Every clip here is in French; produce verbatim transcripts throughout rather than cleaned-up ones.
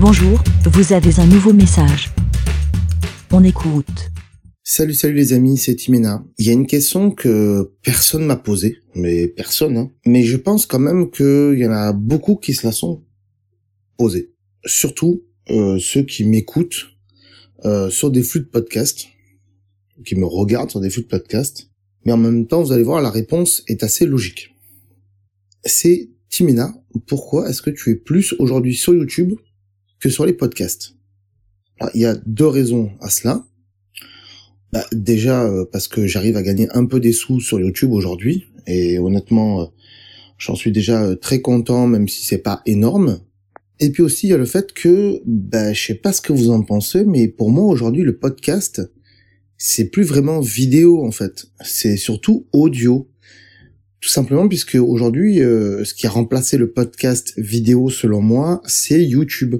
Bonjour, vous avez un nouveau message. On écoute. Salut, salut les amis, c'est Timena. Il y a une question que personne m'a posée, mais personne, hein. Mais je pense quand même qu'il y en a beaucoup qui se la sont posées. Surtout euh, ceux qui m'écoutent euh, sur des flux de podcasts, qui me regardent sur des flux de podcasts. Mais en même temps, vous allez voir, la réponse est assez logique. C'est Timena, pourquoi est-ce que tu es plus aujourd'hui sur YouTube que sur les podcasts? Alors, il y a deux raisons à cela. Bah, déjà euh, parce que j'arrive à gagner un peu des sous sur YouTube aujourd'hui, et honnêtement euh, j'en suis déjà euh, très content, même si c'est pas énorme. Et puis aussi il y a le fait que bah je sais pas ce que vous en pensez, mais pour moi aujourd'hui le podcast c'est plus vraiment vidéo en fait, c'est surtout audio, tout simplement puisque aujourd'hui euh, ce qui a remplacé le podcast vidéo selon moi c'est YouTube.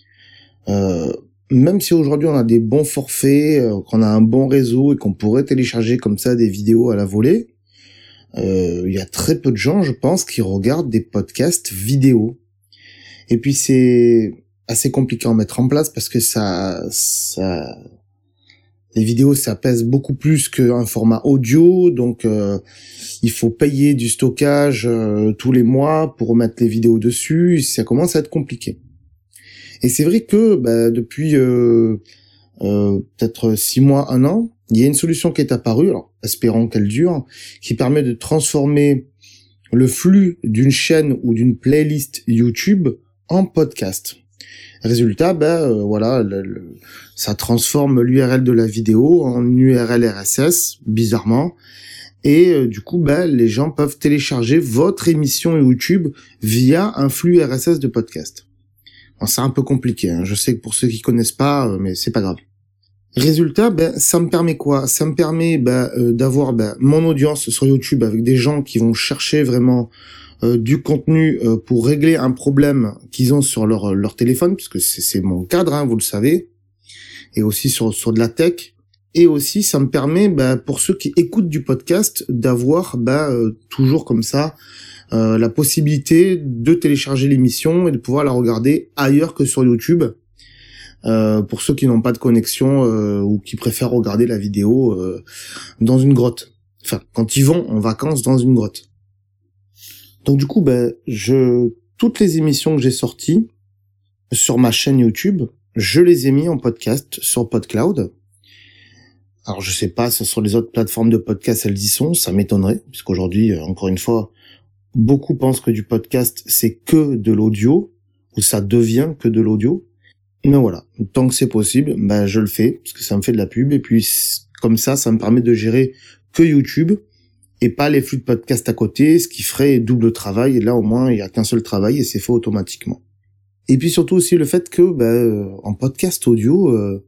euh, Même si aujourd'hui on a des bons forfaits, euh, qu'on a un bon réseau et qu'on pourrait télécharger comme ça des vidéos à la volée, euh, il y a très peu de gens, je pense, qui regardent des podcasts vidéo. Et puis c'est assez compliqué à mettre en place parce que ça, ça, les vidéos ça pèse beaucoup plus qu'un format audio, donc euh, il faut payer du stockage euh, tous les mois pour mettre les vidéos dessus. Ça commence à être compliqué. Et c'est vrai que bah, depuis euh, euh, peut-être six mois, un an, il y a une solution qui est apparue, alors espérons qu'elle dure, qui permet de transformer le flux d'une chaîne ou d'une playlist YouTube en podcast. Résultat, bah euh, voilà, le, le, ça transforme l'U R L de la vidéo en U R L R S S, bizarrement, et euh, du coup, bah les gens peuvent télécharger votre émission YouTube via un flux R S S de podcast. Bon, c'est un peu compliqué, hein. Je sais que pour ceux qui connaissent pas, mais c'est pas grave. Résultat, ben ça me permet quoi? Ça me permet ben, euh, d'avoir ben, mon audience sur YouTube avec des gens qui vont chercher vraiment euh, du contenu euh, pour régler un problème qu'ils ont sur leur leur téléphone, puisque c'est, c'est mon cadre, hein, vous le savez, et aussi sur sur de la tech. Et aussi, ça me permet ben, pour ceux qui écoutent du podcast d'avoir ben, euh, toujours comme ça. Euh, la possibilité de télécharger l'émission et de pouvoir la regarder ailleurs que sur YouTube, euh, pour ceux qui n'ont pas de connexion euh, ou qui préfèrent regarder la vidéo euh, dans une grotte. Enfin, quand ils vont en vacances dans une grotte. Donc du coup, ben, je toutes les émissions que j'ai sorties sur ma chaîne YouTube, je les ai mis en podcast sur PodCloud. Alors je sais pas si sur les autres plateformes de podcast elles y sont, ça m'étonnerait, puisqu'aujourd'hui, encore une fois, beaucoup pensent que du podcast, c'est que de l'audio, ou ça devient que de l'audio. Mais voilà, tant que c'est possible, ben je le fais, parce que ça me fait de la pub, et puis comme ça, ça me permet de gérer que YouTube, et pas les flux de podcast à côté, ce qui ferait double travail, et là au moins, il n'y a qu'un seul travail, et c'est fait automatiquement. Et puis surtout aussi le fait que, ben, en podcast audio, euh,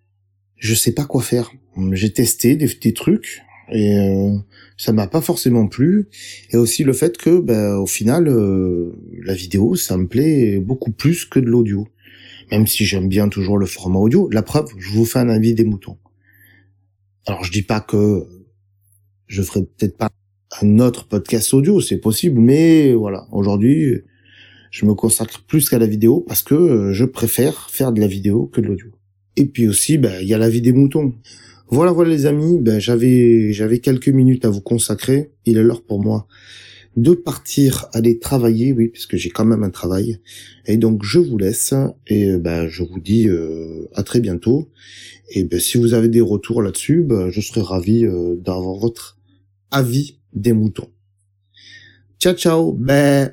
je sais pas quoi faire. J'ai testé des, des trucs, et euh, ça m'a pas forcément plu, et aussi le fait que ben au final euh, la vidéo ça me plaît beaucoup plus que de l'audio, même si j'aime bien toujours le format audio. La preuve, je vous fais un avis des moutons. Alors je dis pas que je ferai peut-être pas un autre podcast audio, c'est possible, mais voilà, aujourd'hui je me consacre plus qu'à la vidéo parce que je préfère faire de la vidéo que de l'audio. Et puis aussi ben il y a la vie des moutons. Voilà, voilà les amis, ben j'avais j'avais quelques minutes à vous consacrer. Il est l'heure pour moi de partir aller travailler, oui, puisque j'ai quand même un travail. Et donc je vous laisse et ben je vous dis euh, à très bientôt. Et ben si vous avez des retours là-dessus, ben je serai ravi euh, d'avoir votre avis des moutons. Ciao ciao, ben.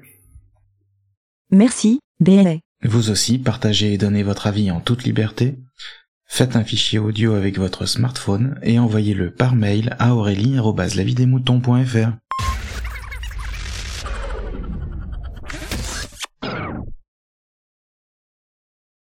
Merci, B L A. Vous aussi, partagez et donnez votre avis en toute liberté. Faites un fichier audio avec votre smartphone et envoyez-le par mail à aurélie arobase lavidesmoutons point fr.